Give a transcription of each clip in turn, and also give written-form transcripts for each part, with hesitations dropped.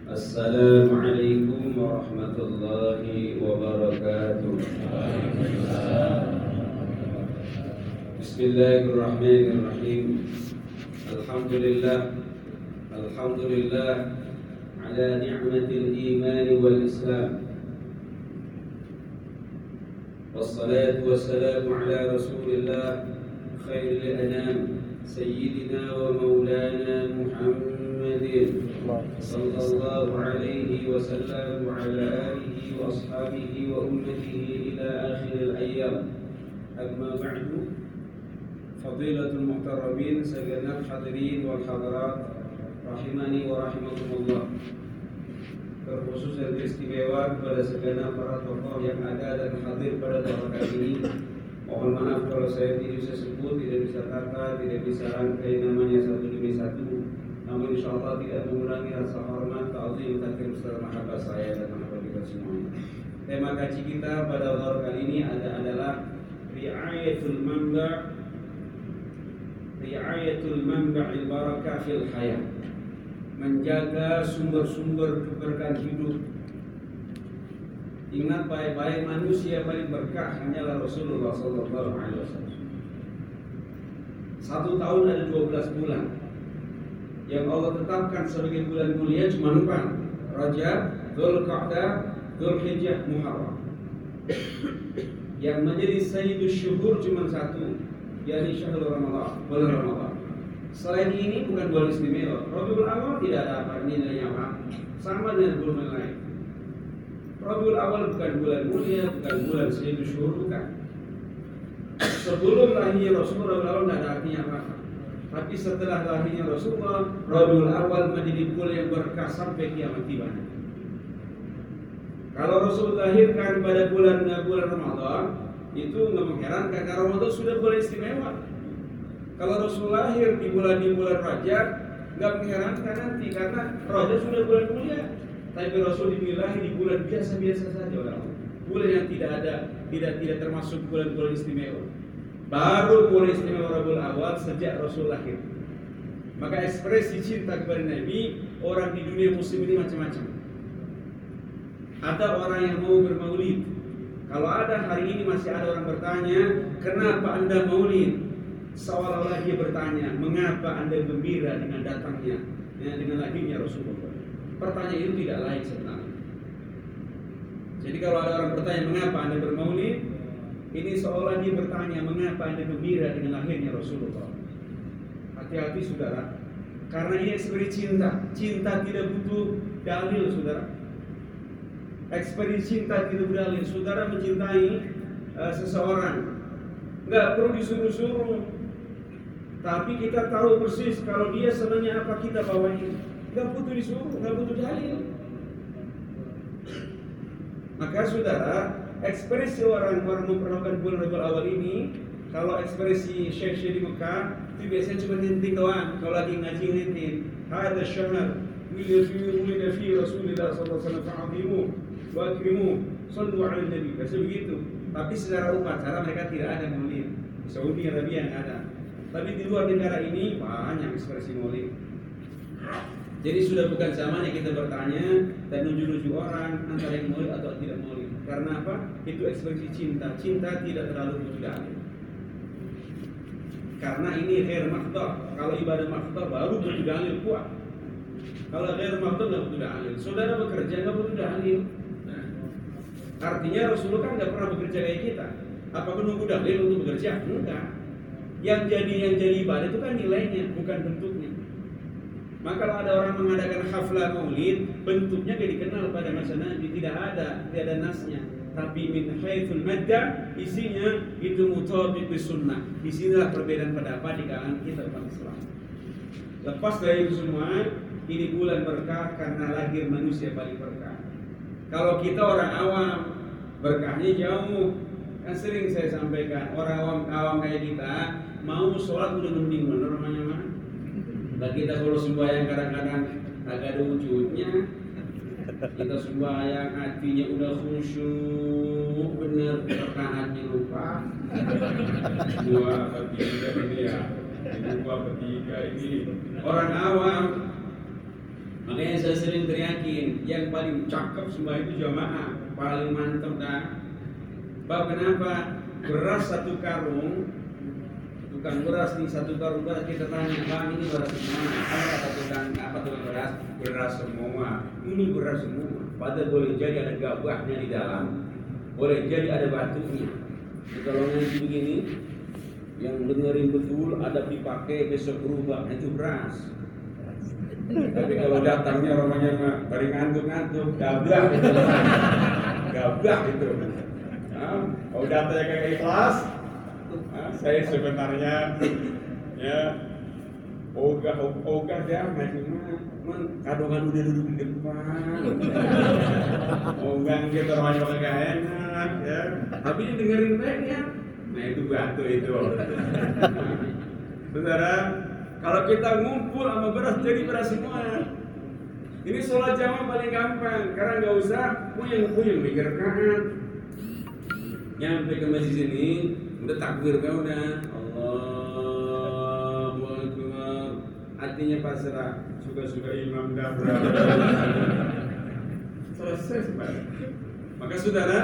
Assalamualaikum warahmatullahi wabarakatuh. Bismillahirrahmanirrahim. Alhamdulillah ala ni'matil iman wal islam. Wassalatu wassalamu ala rasulillah khairil anam sayyidina wa maulana Muhammadin sallallahu alaihi wasallam wa ala alihi wa ashabihi wa ummatihi ila akhiril ayyam. Amma ba'du, fadilatul muhtarabin, sayyidina hadirin wal hadirat rahimani wa rahimakumullah. Terkhusus dan istimewa kepada segenap para tokoh yang ada dan hadir pada dalam kali ini. Mohon maaf kalau saya tidak bisa sebut, tidak bisa kata, tidak bisa rangkai namanya satu demi satu. Namun insyaallah tidak mengurangi rasa hormat, ta'zim, takrim serta mahabbah saya dan mahabbah kita semuanya. Tema kaji kita pada dalam kali ini adalah ri'ayatul manba'il barakah fil hayat. Menjaga sumber-sumber keberkahan hidup. Ingat baik-baik, manusia paling berkah hanyalah Rasulullah sallallahu alaihi wasallam. 1 tahun ada 12 bulan yang Allah tetapkan sebagai bulan mulia cuma 4: Rajab, Dzulqa'dah, Dzulhijjah, Muharram. Yang menjadi sayyidus syuhur cuma 1, yakni syahrul Ramadan, bulan Ramadan. Selain ini bukan bulan istimewa. Rabiul Awal tidak ada apa nilainya apa, sama dengan bulan lain. Rabiul Awal bukan bulan mulia, bukan bulan sayyidus syuhur, bukan. Sebelum lahirnya Rasulullah, Rabiul Awal tidak ada artinya apa. Tapi setelah lahirnya Rasulullah, Rabiul Awal menjadi bulan yang berkah sampai kiamat tiba. Kalau Rasul lahirkan pada bulan Ramadan, itu nggak mengherankan karena Ramadan sudah bulan istimewa. Kalau Rasul lahir di bulan Rajab, nggak mengherankan nanti karena Rajab sudah bulan mulia. Tapi Rasul lahir di bulan biasa-biasa saja, orang. Bulan yang tidak termasuk bulan-bulan istimewa. Baru bulan istimewa Rabiul Awal sejak Rasul lahir. Maka ekspresi cinta kepada Nabi orang di dunia muslim ini macam-macam. Ada orang yang mau bermaulid. Kalau ada hari ini masih ada orang bertanya, kenapa Anda maulid? Seolah-olah dia bertanya, mengapa Anda gembira dengan datangnya, dengan lahirnya Rasulullah? Pertanyaan itu tidak lain sebenarnya. Jadi kalau ada orang bertanya, mengapa Anda bermaulid? Ini seolah dia bertanya, mengapa Anda gembira dengan lahirnya Rasulullah? Hati-hati saudara, karena ini ekspresi cinta. Cinta tidak butuh dalil, saudara. Ekspresi cinta tidak butuh dalil. Saudara mencintai seseorang, nggak perlu disuruh-suruh. Tapi kita tahu persis kalau dia senangnya apa kita bawain. Nggak butuh disuruh, nggak butuh dalil. Maka saudara, ekspresi orang memperlakukan bulan Rabiul Awal ini, kalau ekspresi syekh-syekh di Mekah itu biasanya cuma ninting doang. Kalau lagi ngaji ninting, hadza syahr wulida fi Rasulillah sallallahu alaihi wasallam fa'azimu wa akrimu sallu 'alan nabi. Biasa begitu. Tapi secara upacara mereka tidak ada maulid. Di Saudi Arabia yang ada. Tapi di luar negara ini banyak ekspresi maulid. Jadi sudah bukan zamannya kita bertanya dan nuju-nuju orang antara yang maulid atau tidak maulid. Karena apa? Itu ekspresi cinta. Cinta tidak terlalu butuh dalil. Karena ini ghair maqdar. Kalau ibadah maqdar baru butuh dalil kuat. Kalau ghair maqdar nggak butuh dalil. Saudara bekerja nggak butuh dalil. Artinya Rasulullah kan nggak pernah bekerja kayak kita. Apakah nunggu dalil untuk bekerja? Enggak. Yang jadi ibadah itu kan nilainya, bukan bentuknya. Maka kalau ada orang mengadakan haflah maulid, bentuknya tidak dikenal pada masa Nabi, tidak ada nasnya. Tapi min haitsul madda, isinya itu mutabiq bis sunnah. Di sinilah perbedaan pendapat di kalangan kita umat Islam. Lepas dari itu semua, ini bulan berkah karena lahir manusia paling berkah. Kalau kita orang awam, berkahnya jauh. Kan sering saya sampaikan, orang awam kayak kita mau sholat udah mending namanya mah. Nah kita kalau sembahyang kadang-kadang agak ada wujudnya. Kita sembahyang hatinya udah khusyuk bener, rakaatnya lupa. 2 atau 3 ini ya. 2 atau 3 ini orang awam. Makanya saya sering teriakin, yang paling cakep semua itu jamaah, paling mantap dah. Bab kenapa? Beras satu karung, tukang beras nih satu karung beras, kita tanya, bang ini beras semua? Apa tukang beras? Beras semua. Ini beras semua. Padahal boleh jadi ada gabahnya di dalam, boleh jadi ada batunya. Kalau nanti begini, yang dengerin betul ada dipakai besok berubah, itu beras. Tapi kalau datangnya orangnya dari ngantuk-ngantuk, gabah itu. Gabah itu. Nah, kalau datangnya kayak ikhlas, saya sebenarnya ya ogah dia cuma kadang udah duduk di depan. Ogah kita orangnya pakai enak ya. Tapi dengerin baiknya. Nah itu batu itu. Saudara, kalau kita ngumpul sama beras jadi beras semua. Ini sholat jamaah paling gampang, karena nggak usah puyeng mikir rakaat. Nyampe ke masjid ini, udah takbir kan udah, Allahu Akbar. Artinya pasrah, suka-suka imam dah berapa. Selesai sebenarnya. Maka saudara,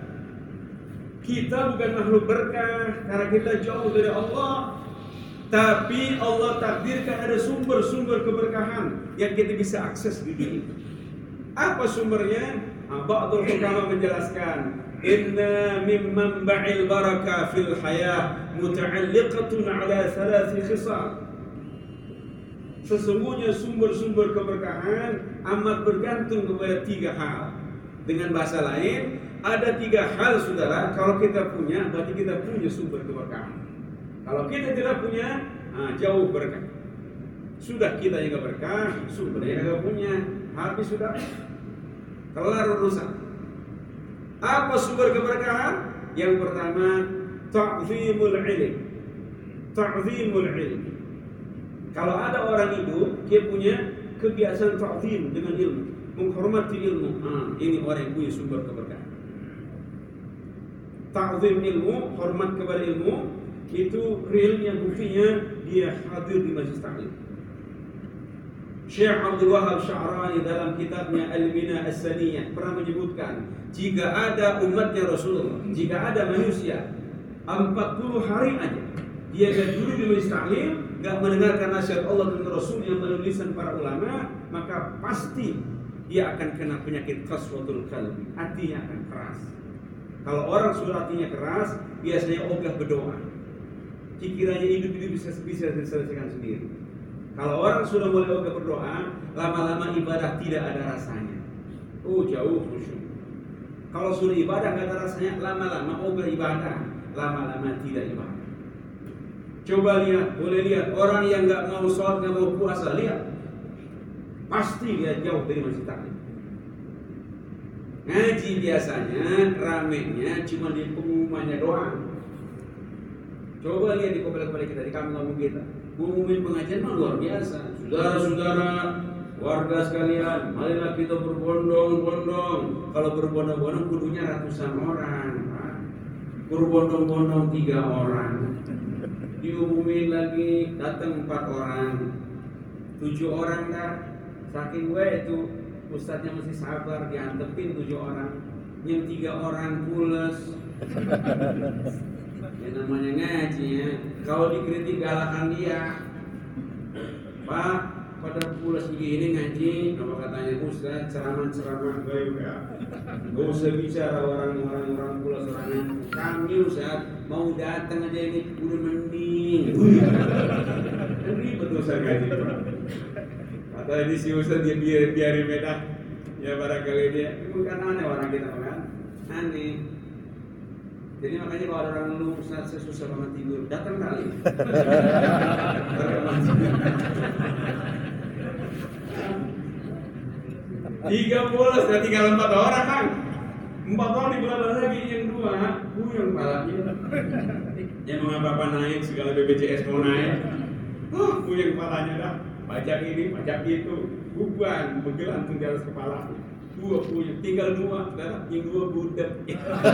kita bukan makhluk berkah karena kita jauh dari Allah. Tapi Allah takdirkan ada sumber-sumber keberkahan yang kita bisa akses di dunia. Apa sumbernya? Ba'dul ulama menjelaskan, inna mimman ba'il barakah fil hayah muta'alliqatun ala thalathi khisal. Sesungguhnya sumber-sumber keberkahan amat bergantung kepada 3 hal. Dengan bahasa lain, ada 3 hal saudara, kalau kita punya, berarti kita punya sumber keberkahan. Kalau kita tidak punya, jauh berkah. Sudah kita yang berkah, sumbernya tidak punya, habis sudah, kelar urusan. Apa sumber keberkahan? Yang pertama, ta'zimul ilm. Ta'zimul ilm. Kalau ada orang itu, dia punya kebiasaan ta'zim dengan ilmu, menghormati ilmu. Ini orang yang punya sumber keberkahan. Ta'zim ilmu, hormat kepada ilmu, itu realnya buktinya dia hadir di majlis taklim. Syekh Abdul Wahab Sya'rani dalam kitabnya Al-Bina As-Saniyah pernah menyebutkan, jika ada umatnya Rasulullah, jika ada manusia 40 hari aja dia gak duduk di majlis taklim, gak mendengarkan nasihat Allah dan Rasul yang menulisan para ulama, maka pasti dia akan kena penyakit qaswatul qalbi, hatinya akan keras. Kalau orang sudah hatinya keras, biasanya ogah berdoa, pikirannya hidup bisa diselesaikan sendiri. Kalau orang sudah mulai ogah berdoa, lama-lama ibadah tidak ada rasanya. Jauh khusyuk. Kalau sudah ibadah nggak ada rasanya, lama-lama ogah ibadah, lama-lama tidak ibadah. Coba lihat, boleh lihat orang yang nggak mau sholat, nggak mau puasa, lihat, pasti dia jauh dari masjid taklim. Ngaji biasanya ramenya cuma di pengumumannya doang. Coba lihat di kepala-kepala kita, di kampung kita, ngumumin pengajian mah luar biasa. Saudara-saudara, warga sekalian, marilah kita berbondong-bondong. Kalau berbondong-bondong kudunya ratusan orang, berbondong-bondong 3 orang. Diumumin lagi, datang 4 orang, 7 orang dah. Saking gue itu ustadznya masih sabar, diantepin 7 orang, yang 3 orang pules. Ya namanya ngaji ya. Kalau dikritik galakan dia, Pak, pada pulas begini ngaji, apa katanya Ustaz, ceramah-ceramah gue udah gak usah bicara orang pulas orang. Kami Ustaz mau datang aja ini udah mending. Kan ribet Ustaz ngaji. Kata ini si Ustaz dia biarin beda. Ya barangkali dia, bukan aneh orang kita kan, aneh. Jadi makanya kalau ada orang ngeluh, Ustaz saya susah banget tidur, datang kali. Tiga bolos, ya tinggal 4 orang kan. 4 orang di belakang lagi, yang 2 buyung palanya. Yang mengapa naik, segala BPJS mau naik, buyung palanya dah. Pajak ini, pajak itu, beban menggelantung di atas kepala. 2 punya, tinggal 2, yang 2 budak.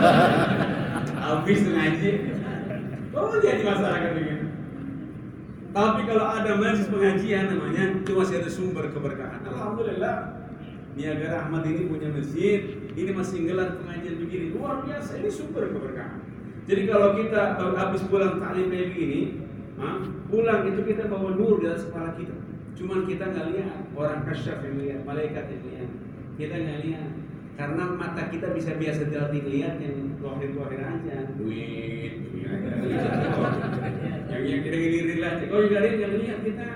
Habis ngaji. Jadi masyarakat begini. Tapi kalau ada majelis pengajian namanya, itu masih ada sumber keberkahan. Alhamdulillah. Niagara Ahmad ini punya masjid, ini masih gelar pengajian begini, luar biasa, ini sumber keberkahan. Jadi kalau kita habis pulang taklim kayak begini, pulang itu kita bawa nur di atas kepala kita. Cuman kita nggak lihat, orang kasyaf yang lihat, malaikat yang lihat, kita nggak lihat. Karena mata kita bisa biasa lihat yang tuahir aja, duit, yang kita gini aja. Kalau juga lihat kita,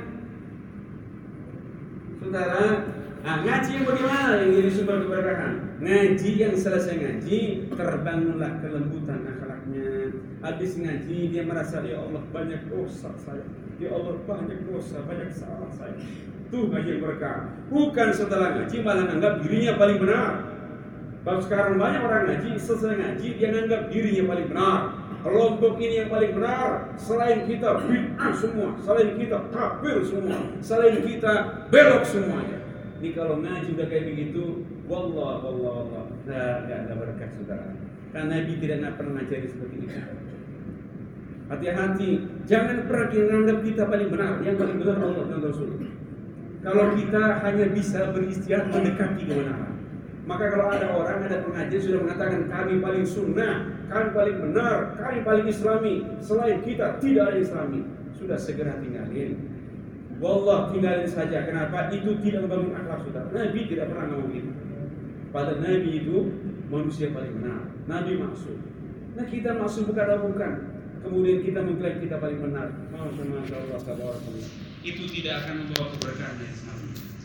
saudara. Ngaji yang bagaimana yang jadi sumber keberkahan? Ngaji yang selesai ngaji, terbangunlah kelembutan akhlaknya. Habis ngaji dia merasa, ya Allah banyak dosa saya, ya Allah banyak dosa, banyak salah saya. Tuh ngaji yang berkah. Bukan setelah ngaji malah anggap dirinya paling benar. Kalau sekarang banyak orang ngaji, selesai ngaji dia anggap dirinya paling benar. Kelompok ini yang paling benar, selain kita bid'ah semua, selain kita kafir semua, selain kita belok semuanya. Ini kalau ngaji udah kayak begitu, wallah, nggak berkah saudara. Karena Nabi tidak pernah ngajari seperti itu. Hati-hati, jangan pernah menganggap kita paling benar. Yang paling benar Allah dan Rasul. Kalau kita hanya bisa beristihad mendekati kebenaran, maka kalau ada orang, ada pengajian sudah mengatakan kami paling sunnah, kami paling benar, kami paling islami, selain kita tidak ada islami, sudah segera tinggalin. Wallah, tinggalin saja. Kenapa? Itu tidak membangun akhlak saudara. Nabi tidak pernah ngomong itu. Padahal Nabi itu manusia paling benar. Nabi maksud. Nah kita maksud bukan. Kemudian kita mengklaim kita paling benar. Masya Allah. Itu tidak akan membawa keberkahan Islam.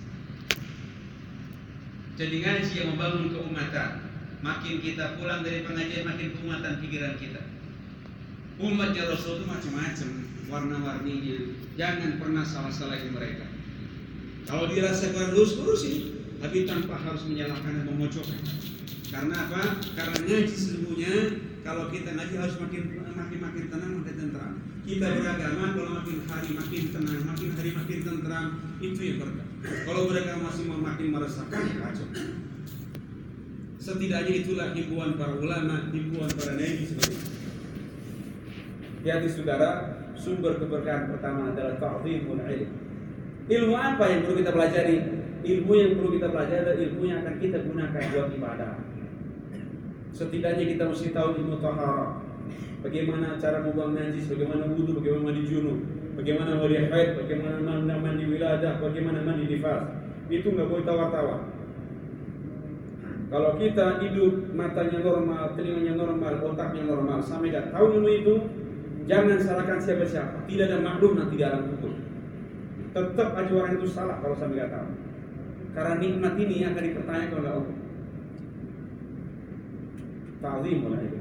Jadi ngaji yang membangun keumatan. Makin kita pulang dari pengajian, makin keumatan pikiran kita. Umatnya Rasul itu macam-macam warna-warninya. Jangan pernah salah-salahin mereka. Kalau dirasa kurang lurus-lurusin, tapi tanpa harus menyalahkan dan memojokkan. Karena apa? Karena ngaji sesungguhnya, kalau kita ngaji harus makin tenang, makin tentram. Kita beragama kalau makin hari makin tenang, makin hari makin tentram, itu yang berkah. Kalau beragama masih makin meresahkan, kacau. Setidaknya itulah himbauan para ulama, himbauan para nabi sebagainya. Hati saudara, sumber keberkahan pertama adalah ta'zimul ilm. Ilmu apa yang perlu kita pelajari? Ilmu yang perlu kita pelajari adalah ilmu yang akan kita gunakan buat ibadah. Setidaknya kita mesti tahu ilmu taharah. Bagaimana cara membuang najis, bagaimana wudu, bagaimana mandi junub, bagaimana mandi haid, bagaimana mandi wiladah, bagaimana mandi nifas. Itu nggak boleh tawar-tawar. Kalau kita hidup matanya normal, telinganya normal, otaknya normal, sampai nggak tahu ilmu itu, jangan salahkan siapa-siapa. Tidak ada maklum nanti dalam hukum. Tetap aja orang itu salah kalau sampai nggak tahu. Karena nikmat ini akan dipertanyakan oleh Allah. Ta'zim oleh itu.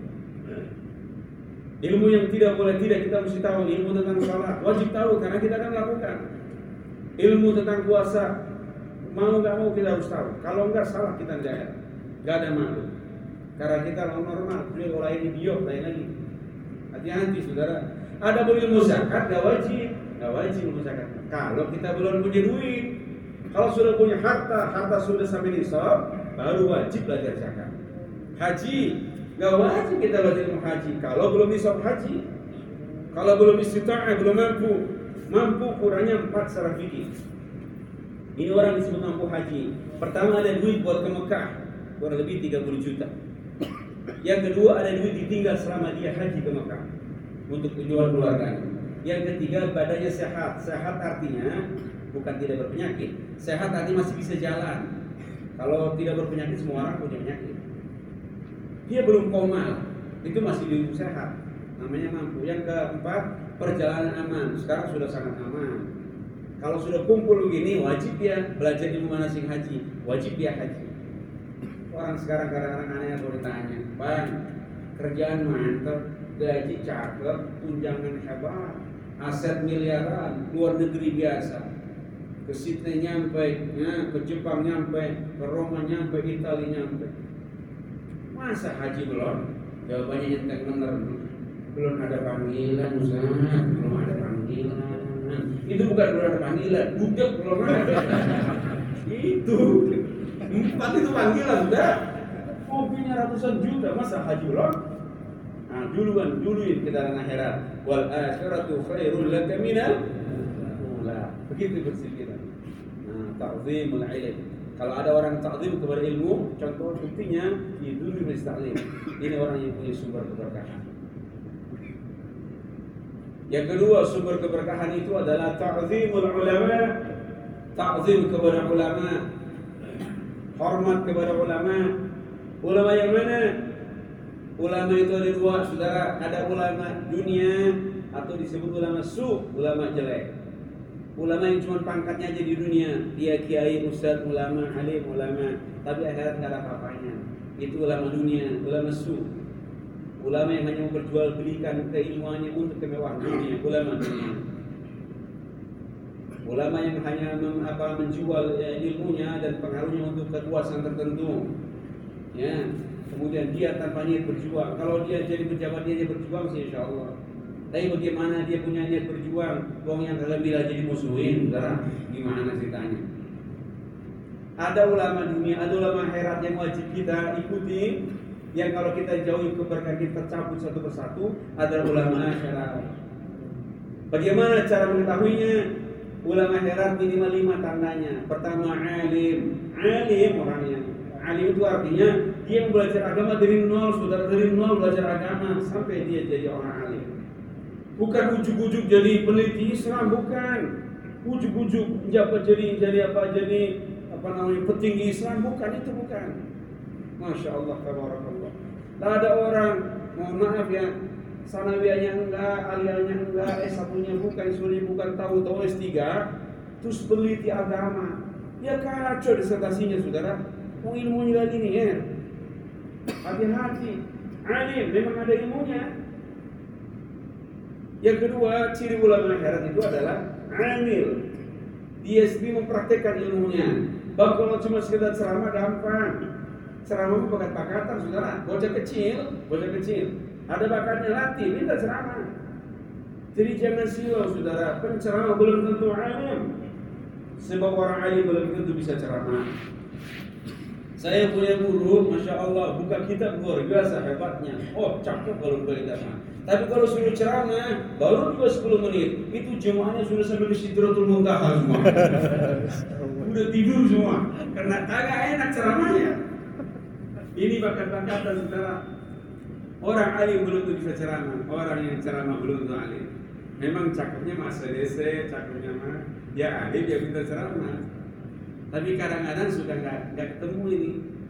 Ilmu yang tidak boleh tidak kita mesti tahu. Ilmu tentang salat wajib tahu karena kita akan lakukan. Ilmu tentang puasa mau nggak mau kita harus tahu. Kalau nggak salah kita nggak ada malu. Karena kita normal. Beliau lain idiot lain lagi. Hati-hati saudara. Ada ilmu zakat nggak wajib ilmu zakat. Kalau kita belum punya duit, kalau sudah punya harta sudah sampai nisab, baru wajib belajar zakat. Haji nggak wajib kita belajar ilmu haji. Kalau belum nisab haji, kalau belum istita'ah, belum mampu kurangnya 4 secara fikih. Ini orang disebut mampu haji. Pertama ada duit buat ke Mekah, kurang lebih 30 juta. Yang kedua ada duit ditinggal selama dia haji ke Mekah untuk tujuan keluarganya. Yang ketiga badannya sehat. Sehat artinya bukan tidak berpenyakit. Sehat artinya masih bisa jalan. Kalau tidak berpenyakit semua orang punya penyakit. Dia belum koma, itu masih dihitung sehat. Namanya mampu. Yang keempat perjalanan aman. Sekarang sudah sangat aman. Kalau sudah kumpul begini wajib dia belajar ilmu manasik haji. Wajib dia haji. Orang sekarang kadang-kadang aneh kalau ditanya, Bang, kerjaan mantap, gaji cakep, tunjangan hebat, aset miliaran, luar negeri biasa. Ke Sydney nyampe, ke Jepang nyampe, ke Roma nyampe, Italia nyampe. Masa haji belum? Jawabannya nyetek bener. Belum ada panggilan, Ustaz. Belum ada panggilan. Itu bukan belum ada panggilan, budak belum ada. Itu 4 itu panggilan udah. Mobilnya ratusan juta, masa haji belum? Nah, duluin kita dengan akhirat. Wal akhiratu khairul laka minal Begitu prinsip kita. Nah, ta'zimul ilm. Kalau ada orang ta'zim kepada ilmu, contoh buktinya di dunia ta'zim. Ini orang yang punya sumber keberkahan. Yang kedua, sumber keberkahan itu adalah ta'zimul ulama. Ta'zim kepada ulama. Hormat kepada ulama. Ulama yang mana? Ulama itu ada dua, saudara. Ada ulama dunia atau disebut ulama ulama jelek. Ulama yang cuma pangkatnya aja di dunia, dia kiai, ustaz, ulama, alim, ulama, tapi akhirat nggak ada apa-apanya. Itu ulama dunia, ulama ulama yang hanya memperjual belikan keilmuannya untuk kemewahan dunia, ulama dunia. Ulama yang hanya menjual ilmunya dan pengaruhnya untuk kekuasaan tertentu. Ya, kemudian dia tanpa niat berjuang. Kalau dia jadi pejabat dia berjuang sih insya Allah. Tapi bagaimana dia punya niat berjuang? Wong yang kalian bila jadi musuhin, saudara, gimana ceritanya? Ada ulama dunia, ada ulama akhirat yang wajib kita ikuti. Yang kalau kita jauhi keberkahan kita cabut satu persatu adalah ulama akhirat. Bagaimana cara mengetahuinya? Ulama akhirat minimal 5 tandanya. Pertama, alim orangnya. Alim itu artinya dia belajar agama dari nol, saudara, dari nol belajar agama sampai dia jadi orang alim. Bukan ujuk-ujuk jadi peneliti Islam, bukan. Ujuk-ujuk jadi petinggi Islam, bukan, itu bukan. Masya Allah, tabarakallah. Tak ada orang, mohon maaf ya, sanawiyahnya enggak, aliyahnya enggak, S1-nya bukan, S2-nya bukan, tahu-tahu S3, terus peneliti agama. Ya kacau disertasinya, saudara. Mau ilmunya lagi nih ya. Hati-hati. Alim memang ada ilmunya. Yang kedua, ciri ulama akhirat itu adalah amil. Dia sendiri mempraktekkan ilmunya. Bang, kalau cuma sekedar ceramah gampang. Ceramah bakat-bakatan, saudara. Bocah kecil, ada bakatnya, latih, minta ceramah. Jadi jangan silau, saudara. Penceramah belum tentu alim. Sebab orang alim belum tentu bisa ceramah. Saya punya guru, Masya Allah, buka kitab luar biasa hebatnya. Oh, cakep kalau buka kitab. Tapi kalau suruh ceramah, baru juga 10 menit. Itu jemaahnya sudah sampai ke Sidratul Muntaha semua. Udah tidur semua. Karena kagak enak ceramahnya. Ini bakat-bakatan, saudara. Orang alim belum tentu bisa ceramah. Orang yang ceramah belum tentu alim. Memang cakepnya Mas DC, cakepnya mah dia alim, dia bisa ceramah. Tapi kadang-kadang sudah nggak ketemu ini.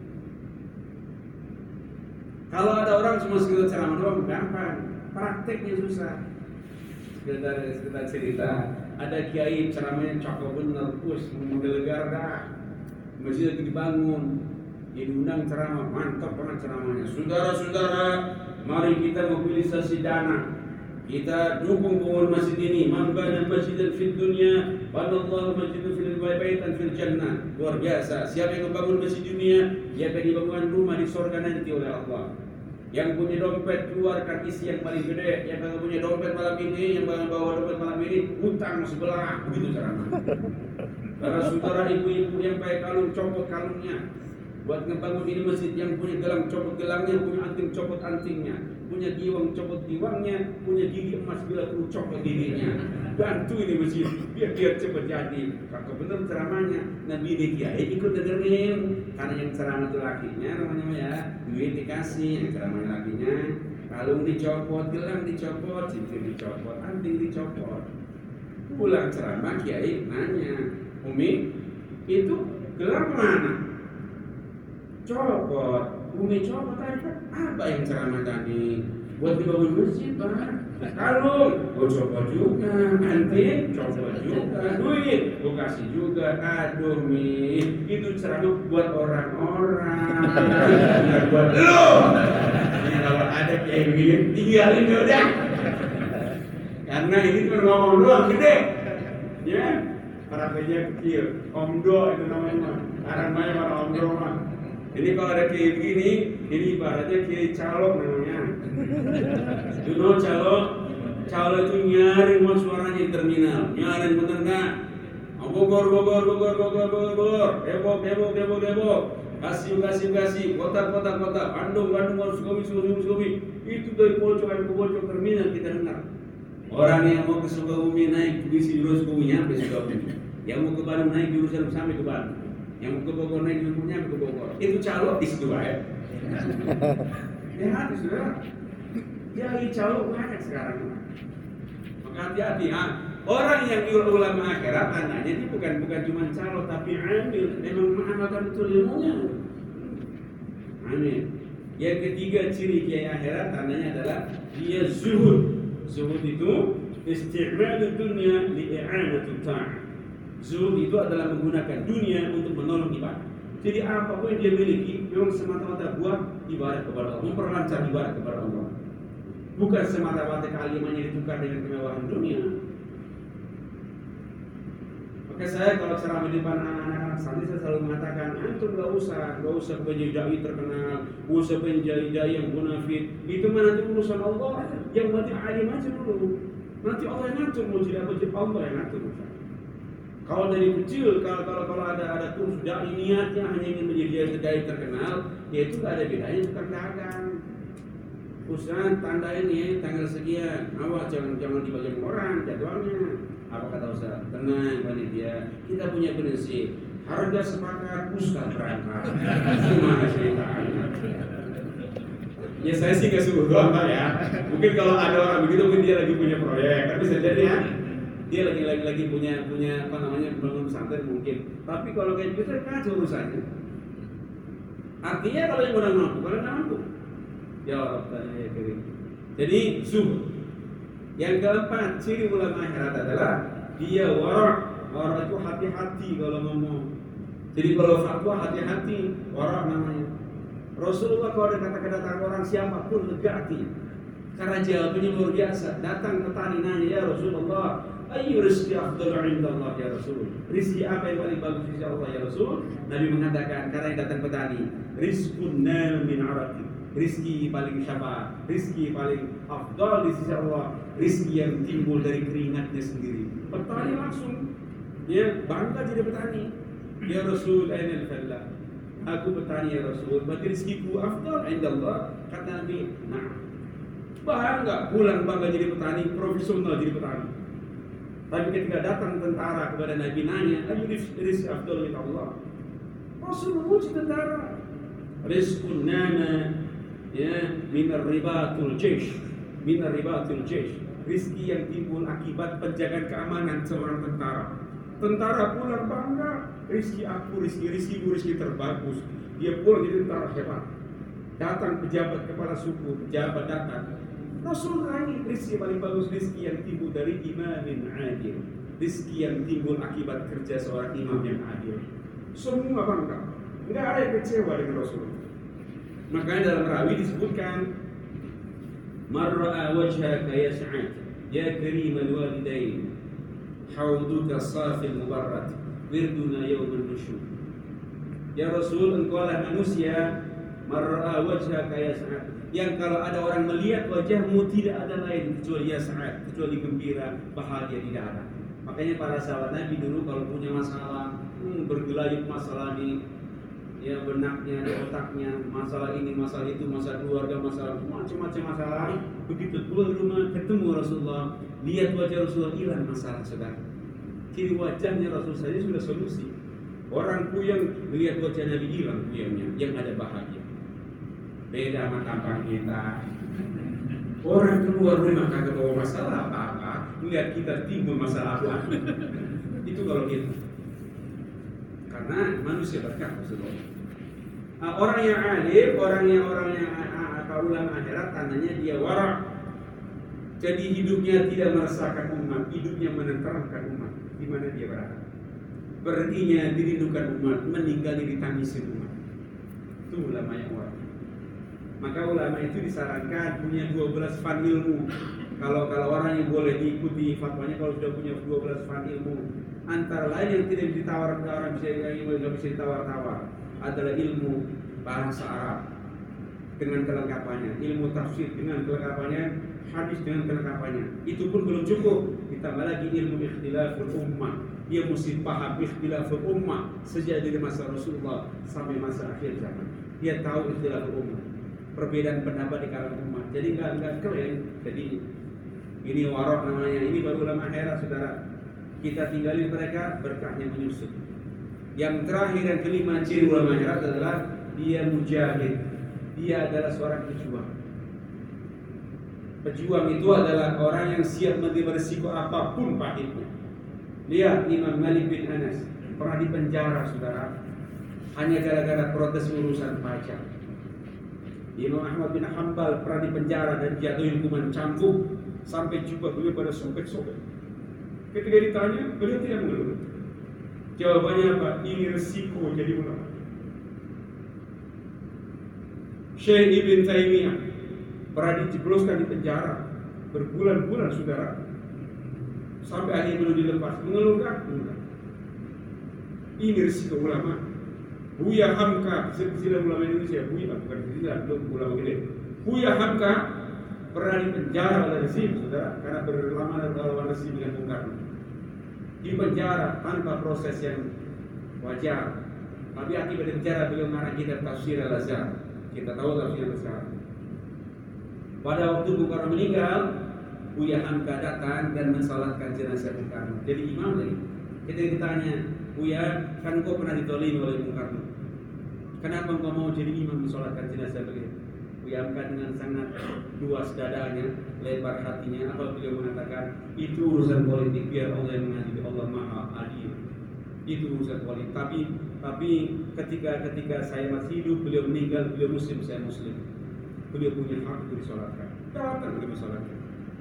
Kalau ada orang cuma sekedar ceramah doang gampang, prakteknya susah. Sekedar cerita, ada kiai ceramahnya cakep bener, terus menggelegar dah, masjid lagi dibangun, dia diundang ceramah, mantap banget ceramahnya. Saudara-saudara, mari kita mobilisasi dana. Kita dukung bangun masjid ini. Man bana masjidan fid dunya, banallahu masjidan fil baitan fil jannah. Luar biasa. Siapa yang membangun masjid dunia, dia akan dibangun rumah di surga nanti oleh Allah. Yang punya dompet keluarkan isi yang paling gede. Yang kalau punya dompet malam ini, yang bawa dompet malam ini, hutang sebelah. Begitu caranya. Para saudara ibu-ibu yang pakai kalung, copot kalungnya. Buat ngebangun ini masjid, yang punya gelang copot gelangnya, punya anting copot antingnya, punya giwang copot giwangnya, punya gigi emas bila perlu copot giginya. Bantu ini masjid biar cepat jadi. Kalau benar ceramahnya, Nabi Kiai ikut dengerin. Karena yang ceramah itu lakinya namanya ya, duit dikasih, yang ceramah lakinya, kalung dicopot, gelang dicopot, cincin dicopot, anting dicopot. Pulang ceramah Kiai nanya, Umi itu gelang mana? Copot, Umi copot aja. Apa yang ceramah tadi? Buat dibangun masjid, Pak. Kalung, gue copot juga. Anting, copot juga. Duit, gue kasih juga. Aduh, Mi, itu ceramah buat orang-orang. Buat lo. Ini kalau ada kayak begini, tinggalin udah. Karena ini cuma ngomong doang, gede. Ya, para kerja kecil. Omdo itu namanya. Namanya para omdo mah. Ini kalau ada kayak begini, ini ibaratnya kayak calok namanya. You know calok itu nyaring mas suaranya di terminal, nyaring bener nggak? Bogor, Depok, kasih, kota, Bandung, Sukabumi, itu dari pojok terminal kita dengar. Orang yang mau ke Sukabumi naik bisi dulu Sukabumi sampai Sukabumi. Yang mau ke Bandung naik jurusan sampai ke Bandung. Yang mau ke Bogor naik jurusnya sampai ke Bogor. Itu calo di situ ya. Ya hati saudara. Ya calo banyak sekarang. Maka hati-hati ha. Orang yang ulama akhirat tandanya ini bukan cuma calo tapi ambil, memang mengamalkan betul ilmunya. Amin. Yang ketiga ciri kiai akhirat tandanya adalah dia zuhud. Zuhud itu isti'mal dunia li'a'anatul ta'ah. Zuhud itu adalah menggunakan dunia untuk menolong ibadah. Jadi apapun yang dia miliki memang semata-mata buat ibadah kepada Allah, memperlancar ibadah kepada Allah. Bukan semata-mata kealimannya ditukar dengan kemewahan dunia. Maka saya kalau ceramah di depan anak-anak santri saya selalu mengatakan, antum gak usah menjadi dai terkenal, gak usah menjadi dai yang munafik. Itu mah nanti urusan Allah. Yang penting alim aja dulu. Nanti Allah yang ngatur mau jadi apa, jadi Allah yang ngatur. Kalau dari kecil, kalau ada kursus dai niatnya hanya ingin menjadi dai terkenal, ya itu gak ada bedanya tukang dagang. Ustaz, tandain ya tanggal sekian, awas jangan dibagi orang jadwalnya. Apa kata Ustaz? Tenang panitia, kita punya prinsip. Harga sepakat, Ustaz berangkat. Gimana ceritanya? Ya saya sih gak suruh doang Pak ya. Mungkin kalau ada orang begitu mungkin dia lagi punya proyek, kan bisa jadi ya. Dia lagi punya apa namanya bangun pesantren mungkin. Tapi kalau kayak gitu kacau urusannya. Artinya kalau yang udah mampu, kalau nggak mampu. Ya Allah, ya kirim. Jadi zuhud. Yang keempat, ciri ulama akhirat adalah dia wara'. Wara' itu hati-hati kalau ngomong. Jadi kalau fatwa hati-hati, wara' namanya. Rasulullah kalau ada kata-kata orang siapapun lega hatinya. Karena jawabannya luar biasa. Datang petani nanya, ya Rasulullah, ayyu rizqi afdalu indallah ya Rasul. Rizki apa yang paling bagus di sisi Allah ya Rasul? Nabi mengatakan karena yang datang petani, rizqun nal min araqi. Rizki paling syafaat, rizki paling afdal di sisi Allah, rizki yang timbul dari keringatnya sendiri. Petani langsung dia bangga jadi petani. Ya Rasul, ainal fallah. Aku petani ya Rasul, berarti rizkiku afdal indallah. Kata Nabi, nah bangga, pulang bangga jadi petani, profesional jadi petani. Tapi ketika datang tentara kepada Nabi nanya, ayu rizki afdal indallah. Rasul memuji tentara. Rizqun nana ya minar ribatul jaysh, rizki yang timbul akibat penjagaan keamanan seorang tentara. Tentara pulang bangga, rizki terbagus. Dia pulang jadi tentara hebat. Datang pejabat kepala suku, pejabat datang. Rasul nanya, rizki paling bagus rizki yang timbul dari imamin adil, rizki yang timbul akibat kerja seorang imam yang adil. Semua bangga, nggak ada yang kecewa dengan Rasul. Makanya dalam rawi disebutkan marra'a wajhaka ya Sa'ad ya karimal walidain hauduka safil mubarrat wirduna yawman nusyur. Ya Rasul, engkau lah manusia marra'a wajhaka ya Sa'ad, yang kalau ada orang melihat wajahmu tidak ada lain kecuali ya Sa'ad, kecuali gembira, bahagia, tidak ada. Makanya para sahabat Nabi dulu kalau punya masalah bergelayut masalah di ya benaknya, di otaknya, masalah ini, masalah itu, masalah keluarga, masalah macam-macam masalah. Begitu keluar rumah ketemu Rasulullah, lihat wajah Rasulullah, hilang masalah saudara. Ciri wajahnya Rasul saja sudah solusi. Orang puyeng melihat wajah Nabi hilang puyengnya, yang ada bahagia. Beda sama tampang kita. Orang keluar rumah kagak bawa masalah apa-apa, melihat kita timbul masalah apa. Itu kalau kita. Karena manusia berkah Rasulullah. Orang yang alim, orang yang ulama akhirat tandanya dia wara'. Jadi hidupnya tidak meresahkan umat, hidupnya menenteramkan umat di mana dia berada. Perginya dirindukan umat, meninggalnya ditangisin umat. Itu ulama yang wara'. Maka ulama itu disarankan punya 12 fan ilmu. Kalau orang yang boleh diikuti fatwanya kalau sudah punya 12 fan ilmu, antara lain yang tidak ditawar-tawar, bisa ditawar-tawar adalah ilmu bahasa Arab dengan kelengkapannya, ilmu tafsir dengan kelengkapannya, hadis dengan kelengkapannya. Itu pun belum cukup, ditambah lagi ilmu ikhtilaful ummah. Dia mesti paham ikhtilaful ummah sejak dari masa Rasulullah sampai masa akhir zaman. Dia tahu ikhtilaful ummah, perbedaan pendapat di kalangan umat. Jadi enggak keren. Jadi ini warok namanya, ini baru ulama akhirat saudara. kita tinggalin mereka, berkahnya menyusut. Yang terakhir, yang kelima, ciri ulama akhirat adalah dia mujahid. Dia adalah seorang pejuang. Pejuang itu adalah orang yang siap menerima risiko apapun pahitnya. Lihat Imam Malik bin Anas pernah dipenjara, saudara, hanya gara-gara protes urusan pajak. Imam Ahmad bin Hanbal pernah dipenjara dan jatuhi hukuman cambuk sampai jubah beliau pada sobek-sobek. Ketika ditanya, beliau tidak mengeluh. Jawabannya apa? Ini resiko jadi ulama. Syekh Ibn Taimiyah pernah dijebloskan di penjara berbulan-bulan, saudara, sampai akhirnya belum dilepas. Mengeluhkan? Enggak. Ini risiko ulama. Buya Hamka, silsilah ulama Indonesia, Buya bukan silsilah, belum ulama gede. Buya Hamka pernah dipenjara oleh rezim, saudara, karena berlama melawan rezim dengan Bung Karno. Di penjara tanpa proses yang wajar. Tapi akibat penjara beliau mengarang kitab Tafsir Al-Azhar. Kita tahu tafsir Al-Azhar. Pada waktu Bung Karno meninggal, Buya Hamka datang dan mensalatkan jenazah Bung Karno. Jadi imam lagi. Kita ditanya, Buya, kan kau pernah ditolimi oleh Bung Karno. Kenapa kau mau jadi imam mensalatkan jenazah beliau? Buya Hamka dengan sangat luas dadanya, lebar hatinya, apa beliau mengatakan, itu urusan politik, biar Allah yang mengadili, Allah Maha Adil. Itu urusan politik. Tapi ketika saya masih hidup, beliau meninggal, beliau muslim, saya muslim. Beliau punya hak untuk disolatkan. Datang untuk disolatkan.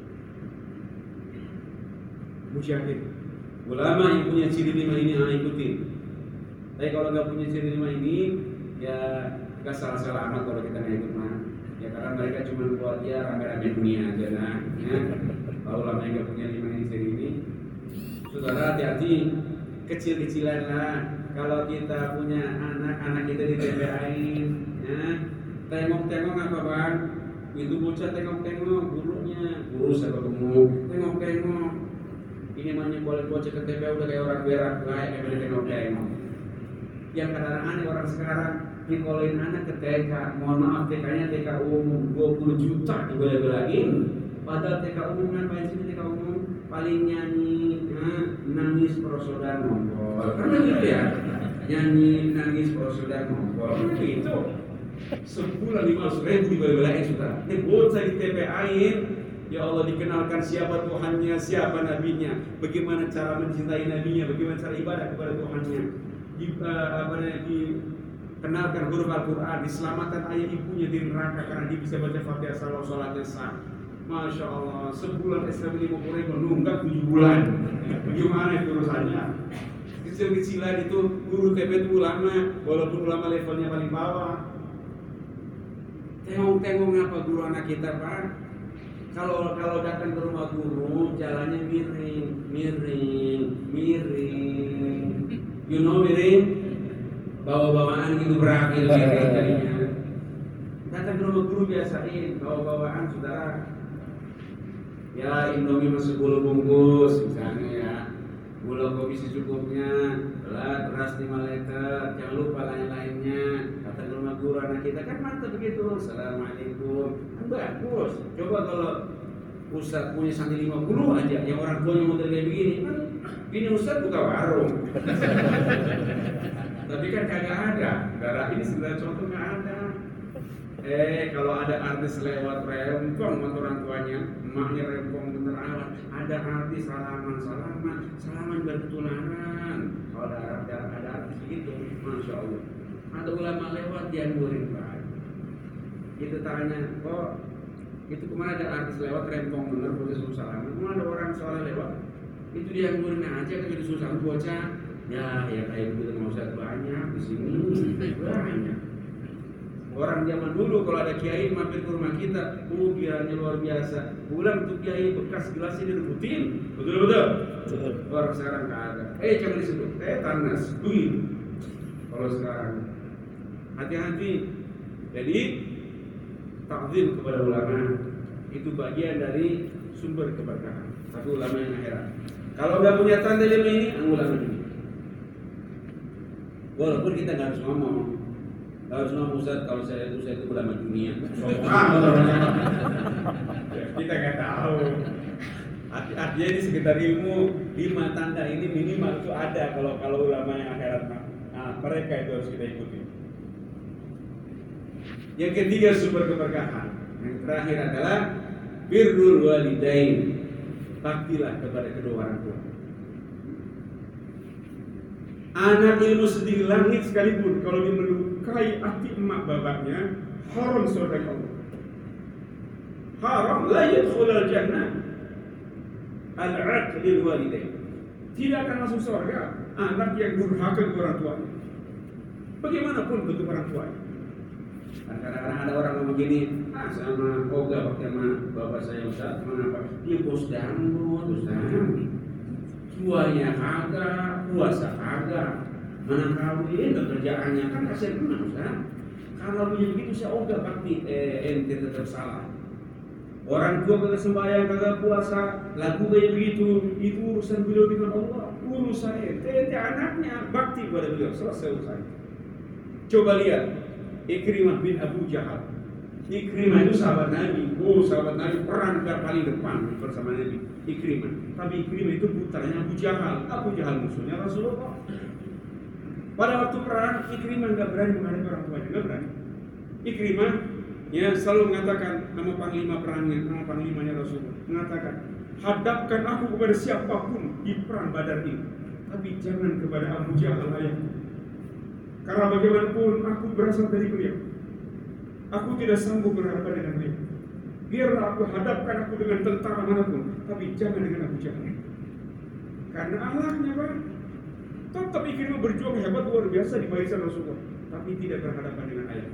Mujahid. Ulama yang punya ciri 5 ini ikutin. Tapi kalau nggak punya ciri 5 ini, ya nggak salah-salah amat kalau kita nggak ikut mah. Ya karena mereka cuma buat ya rame-rame dunia aja lah. Ya. Kalau ulama yang nggak punya 5 ini ciri ini, saudara hati-hati. Kecil-kecilan lah. Kalau kita punya anak kita ditembakain, ya, tengok-tengok apa bang? Itu bocah tengok-tengok gurunya, guru siapa kamu? Tengok-tengok. Ini namanya boleh bocah ke TPA udah kayak orang berak, kayak tengok-tengok. Yang kadang-kadang aneh orang sekarang dikolain anak ke TK, mohon maaf TK-nya TK umum 20 juta dibela-belain. Padahal TK umum ngapain sih TK umum? Paling nyanyi, nangis prosodan ngompol. Karena gitu ya, nyanyi, nangis prosodan ngompol. Itu sebulan 500.000 dibela-belain sudah. Ini bocah di TPA-in. Ya Allah, dikenalkan siapa Tuhannya, siapa nabinya, bagaimana cara mencintai nabinya, bagaimana cara ibadah kepada Tuhannya. Dikenalkan huruf Al-Quran, diselamatkan ayah ibunya di neraka karena dia bisa baca Fatihah salah sholatnya sah. Masya Allah, sebulan SPP 50.000 nunggak 7 bulan. Bagaimana itu urusannya? Kecil-kecilan itu guru TP itu ulama, walaupun ulama levelnya paling bawah. Tengok-tengok ngapa guru anak kita pak? Kalau datang ke rumah guru, jalannya miring. You know miring? Bawa-bawaan gitu berat gitu jadinya. Datang ke rumah guru biasain bawa-bawaan saudara. Ya Indomie masuk 10 bungkus misalnya ya, gula kopi secukupnya, beras 5 liter, jangan lupa lain-lainnya. Kata rumah guru anak kita kan mantap begitu. Assalamualaikum. Bagus. Coba kalau Ustaz punya santri 50 aja, yang orang tuanya model kayak begini, kan ini Ustaz buka warung. Tapi kan kagak ada. Darah ini sebenarnya contoh nggak ada. Kalau ada artis lewat rempong sama orang tuanya, emaknya rempong bener awat, ada artis salaman bertularan. Kalau ada artis begitu, masya Allah. Ada ulama lewat dia murid baik. Itu tanya, kok itu kemana ada artis lewat rempong bener boleh suruh salaman? Kemana ada orang soalnya lewat? Itu dia muridnya aja kan disuruh salaman bocah. Ya kayak begitu mau usah banyak di sini banyak. Orang zaman dulu kalau ada kiai mampir ke rumah kita, kiainya luar biasa. Pulang tuh kiai bekas gelasnya direbutin, betul. Orang sekarang kagak. Jangan disitu, tanas, kalau sekarang hati-hati. Jadi takzim kepada ulama itu bagian dari sumber keberkahan. Tapi ulama yang akhirat. Kalau nggak punya tanda 5 ini, ulama ini. Walaupun kita nggak harus ngomong. Kalau semua Ustaz, kalau saya itu ulama dunia. Kita nggak tahu. Artinya ini sekitar ilmu 5 tanda ini minimal itu ada kalau ulama yang akhirat. Nah, mereka itu harus kita ikuti. Yang ketiga sumber keberkahan. Yang terakhir adalah birrul walidain. Baktilah kepada kedua orang tua. Anak ilmu setinggi langit sekalipun kalau dia melukai hati emak bapaknya, haram surga Allah. Haram la yadkhulul jannah al-'aq lil walidain. Tidak akan masuk surga anak yang durhaka kepada orang tuanya. Bagaimanapun bentuk orang tuanya. Kadang-kadang ada orang ngomong gini, sama Oga waktu sama bapak saya Ustaz, mengapa? Dia bos dangdut, Ustaz. Tuanya kagak, puasa kagak, mana kawin, kerjaannya kan kasihan kena Ustaz. Kalau begitu saya Oga bakti ente tetap salah. Orang tua kagak sembahyang, kagak puasa, lagu kayak begitu, itu urusan beliau dengan Allah. Urusan ente anaknya bakti kepada beliau, selesai urusan. Coba lihat Ikrimah bin Abu Jahal. Ikrimah itu sahabat Nabi. Sahabat Nabi perang paling depan bersama Nabi. Ikrimah. Tapi Ikrimah itu putranya Abu Jahal. Abu Jahal musuhnya Rasulullah. Pada waktu perang Ikrimah nggak berani menghadapi orang tuanya, nggak berani. Ikrimah ya selalu mengatakan nama panglima perangnya, nama panglimanya Rasulullah mengatakan, hadapkan aku kepada siapapun di perang Badar ini, tapi jangan kepada Abu Jahal ayahku. Karena bagaimanapun aku berasal dari beliau. Aku tidak sanggup berhadapan dengan beliau. Biarlah aku hadapkan aku dengan tentara manapun, tapi jangan dengan Abu Jahal. Karena ahlaknya Pak, tetap Ikrimah berjuang hebat luar biasa di barisan Rasulullah, tapi tidak berhadapan dengan ayah.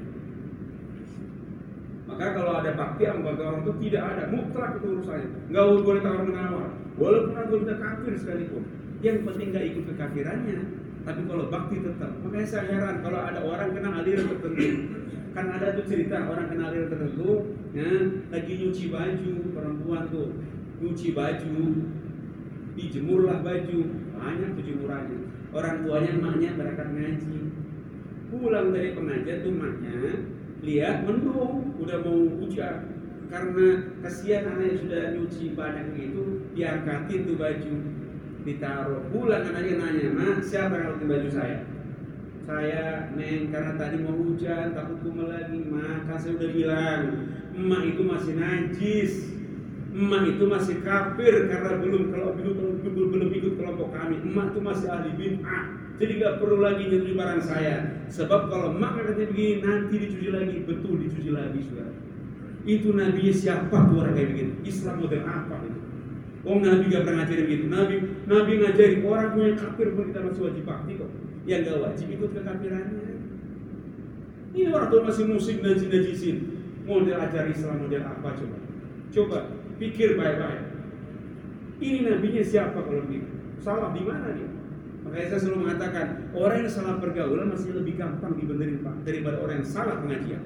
Maka kalau ada bakti anggota orang itu tidak ada, mutlak itu urusannya. Nggak boleh tawar menawar, walaupun anggota kafir sekalipun. Yang penting nggak ikut kekafirannya. Tapi kalau bakti tetap. Makanya saya heran kalau ada orang kena aliran tertentu. Kan ada tuh cerita orang kena aliran tertentu, ya, lagi nyuci baju perempuan tuh, nyuci baju, dijemurlah baju, banyak tuh jemurannya. Orang tuanya emaknya berangkat ngaji, pulang dari pengajian tuh emaknya lihat mendung, udah mau hujan. Karena kasihan anaknya sudah nyuci banyak begitu, diangkatin tuh baju, ditaruh. Pulang anaknya nanya, "Mak, siapa yang ngangkatin baju saya?" "Saya, Neng, karena tadi mau hujan, takut kumel lagi." "Maka saya udah bilang, emak itu masih najis, emak itu masih kafir karena belum ikut kelompok kami. Emak itu masih ahli bid'ah, jadi gak perlu lagi nyuci barang saya. Sebab kalau emak katanya begini, nanti dicuci lagi." Betul, dicuci lagi, saudara. Itu Nabi siapa tuh orang kayak begini? Islam model apa itu? Nabi gak pernah ngajarin begitu. Nabi ngajarin orang punya kafir pun kita masih wajib bakti kok. Yang gak wajib ikut kekafirannya. Ini orang tua masih musik najisin. Model ajar Islam model apa coba? Coba pikir baik-baik. Ini nabinya siapa kalau begitu? Salah di mana dia? Makanya saya selalu mengatakan orang yang salah pergaulan masih lebih gampang dibenerin Pak daripada orang yang salah pengajian.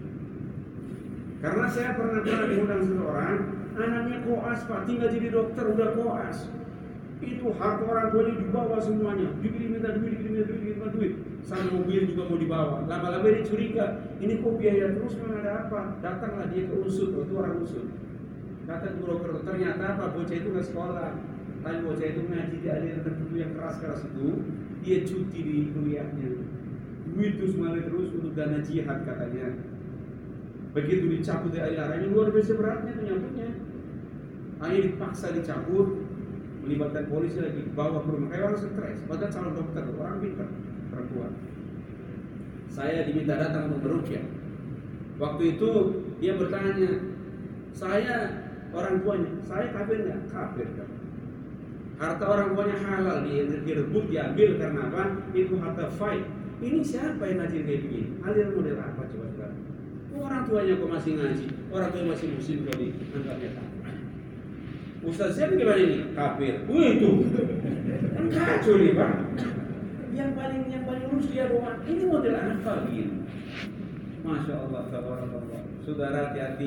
Karena saya pernah diundang seseorang, anaknya koas Pak, tinggal jadi dokter udah koas. Itu harta orang tuanya dibawa semuanya, minta duit, sama mobil juga mau dibawa. Lama-lama dia curiga, ini kok biaya terus, memang ada apa? Datanglah dia ke USUD, itu orang USUD. Kata broker, ternyata apa? Bocah itu nggak sekolah, tapi bocah itu ngaji di aliran tertentu yang keras-keras itu, dia cuti di kuliahnya. Duit terus mengalir terus untuk dana jihad katanya. Begitu dicabut dari alirannya luar biasa beratnya tuh nyambutnya. Akhirnya dipaksa dicabut, melibatkan polisi lagi, bawa ke rumah. Kayak orang stres, padahal calon dokter, orang pintar, perempuan. Saya diminta datang untuk meruqyah. Waktu itu dia bertanya, saya orang tuanya, saya kafir nggak? Kafir kan? Harta orang tuanya halal, direbut, diambil karena apa? Itu harta fight. Ini siapa yang ngaji kayak begini? Aliran model apa coba sekarang? Orang tuanya kok masih ngaji, orang tuanya masih muslim kok dianggapnya kafir. Ustaz siapa gimana ini? Kafir. Itu kan kacau nih Pak. Yang paling lurus dia doang. Ini model apa begini? Masya Allah, tabarakallah. Saudara hati-hati,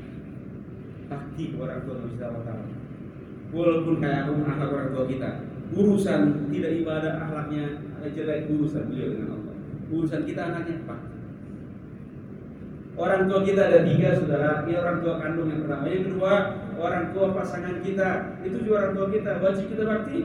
bakti orang tua Subhanahu wa ta'ala. Walaupun kayak akhlak orang tua kita, urusan tidak ibadah akhlaknya jelek, urusan beliau dengan Allah. Urusan kita anaknya bakti. Orang tua kita ada 3 saudara. Ini orang tua kandung yang pertama. Yang kedua, orang tua pasangan kita, itu juga orang tua kita, wajib kita bakti.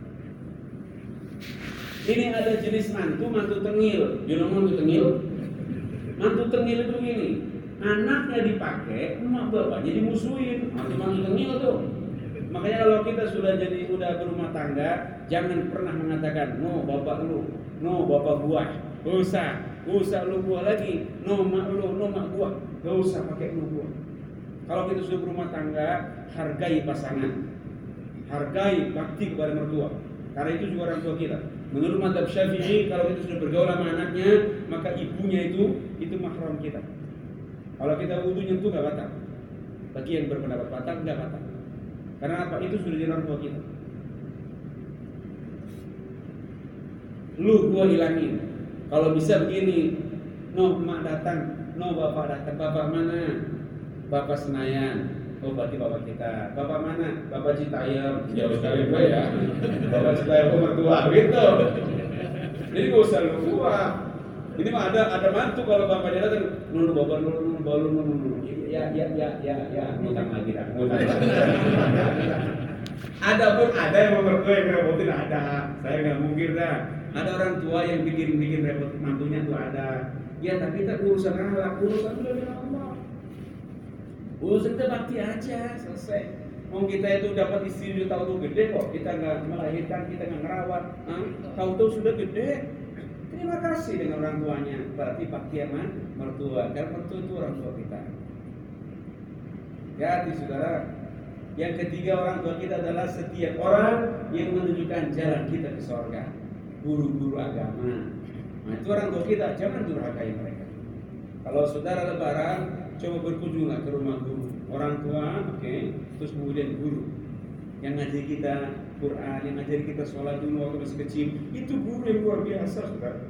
Ini ada jenis mantu tengil. You know mantu tengil? Mantu tengil itu gini, anaknya dipakai, emak bapaknya dimusuhin. Mantu tengil tuh. Makanya kalau kita sudah berumah tangga, jangan pernah mengatakan, no bapak lu, no bapak gua, gak usah lu gua lagi, no mak lu, no mak gua, gak usah pakai lu gua. Kalau kita sudah berumah tangga, hargai pasangan, hargai bakti kepada mertua, karena itu juga orang tua kita. Menurut mazhab Syafi'i, kalau kita sudah bergaul sama anaknya, maka ibunya itu mahram kita. Kalau kita wudu nyentuh nggak batal. Bagi yang berpendapat batal, nggak batal. Karena apa? Itu sudah jadi orang tua kita. Lu gua hilangin. Kalau bisa begini, no emak datang, no bapak datang. Bapak mana? Bapak Senayan. Oh berarti bapak kita. Bapak mana? Bapak Citayam. Jauh sekali gue ya. Bapak Citayam mertua gitu. Jadi gak usah lu gua. Ini mah ada mantu kalau bapaknya datang. Nunu bapak nunu. Ya. Ngutang lagi dah. Ada pun ada yang mertua yang repotin ada. Saya nggak mungkin dah. Ada orang tua yang bikin repot mantunya tuh ada. Ya tapi kita urusan akhlak, urusan udah dengan Allah. Urusan kita bakti aja, selesai. Mau kita itu dapat istri udah tahu gede kok, kita nggak melahirkan, kita nggak ngerawat, tahu sudah gede. Terima kasih dengan orang tuanya, berarti bakti sama mertua. Karena mertua itu orang tua kita. Jadi saudara, yang ketiga orang tua kita adalah setiap orang yang menunjukkan jalan kita ke surga. Guru-guru agama. Nah itu orang tua kita, jangan durhakai mereka. Kalau saudara lebaran, coba berkunjunglah ke rumah guru, orang tua, terus kemudian guru yang ngajari kita Quran, yang ngajari kita sholat dulu waktu masih kecil, itu guru yang luar biasa, saudara.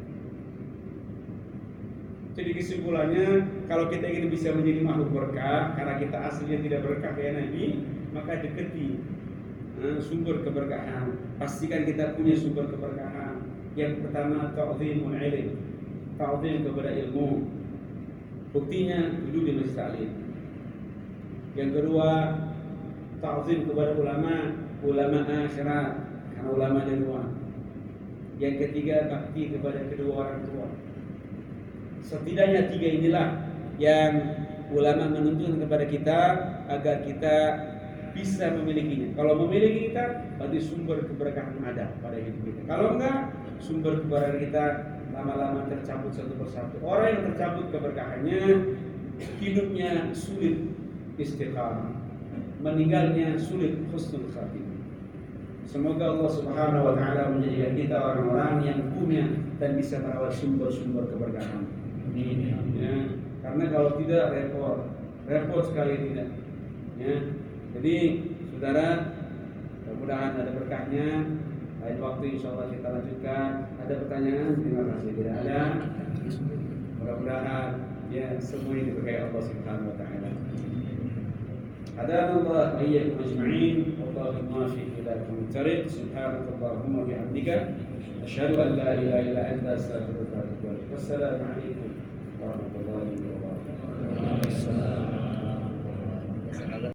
Jadi kesimpulannya, kalau kita ingin bisa menjadi makhluk berkah, karena kita aslinya tidak berkah kayak Nabi, maka deketi sumber keberkahan. Pastikan kita punya sumber keberkahan. Yang pertama, ta'zimul ilm, ta'zim kepada ilmu. Buktinya duduk di masjid taklim. Yang kedua, ta'zim kepada ulama akhirat, karena ulama di luar. Yang ketiga, bakti kepada kedua orang tua. Setidaknya tiga inilah yang ulama menuntun kepada kita agar kita bisa memilikinya. Kalau memiliki kita, berarti sumber keberkahan ada pada hidup kita. Kalau enggak, sumber keberkahan kita lama-lama tercabut satu persatu. Orang yang tercabut keberkahannya, hidupnya sulit istiqamah, meninggalnya sulit husnul khatimah. Semoga Allah Subhanahu wa taala menjadikan kita orang-orang yang punya dan bisa merawat sumber-sumber keberkahan. Ya, karena kalau tidak repot sekali tidak. Ya. Jadi saudara, mudah-mudahan ada berkahnya. Lain waktu insya Allah kita lanjutkan. Ada pertanyaan? Terima kasih. Tidak ada. Mudah-mudahan ya semua ini diberkahi Allah Subhanahu wa taala. Hadana Allah wa iyyakum ajma'in. Allahumma fi hidayatil tariq. Subhanakallahumma wa bihamdika asyhadu an la ilaha illa anta astaghfiruka wa atubu ilaik. Wassalamu alaikum warahmatullahi wabarakatuh.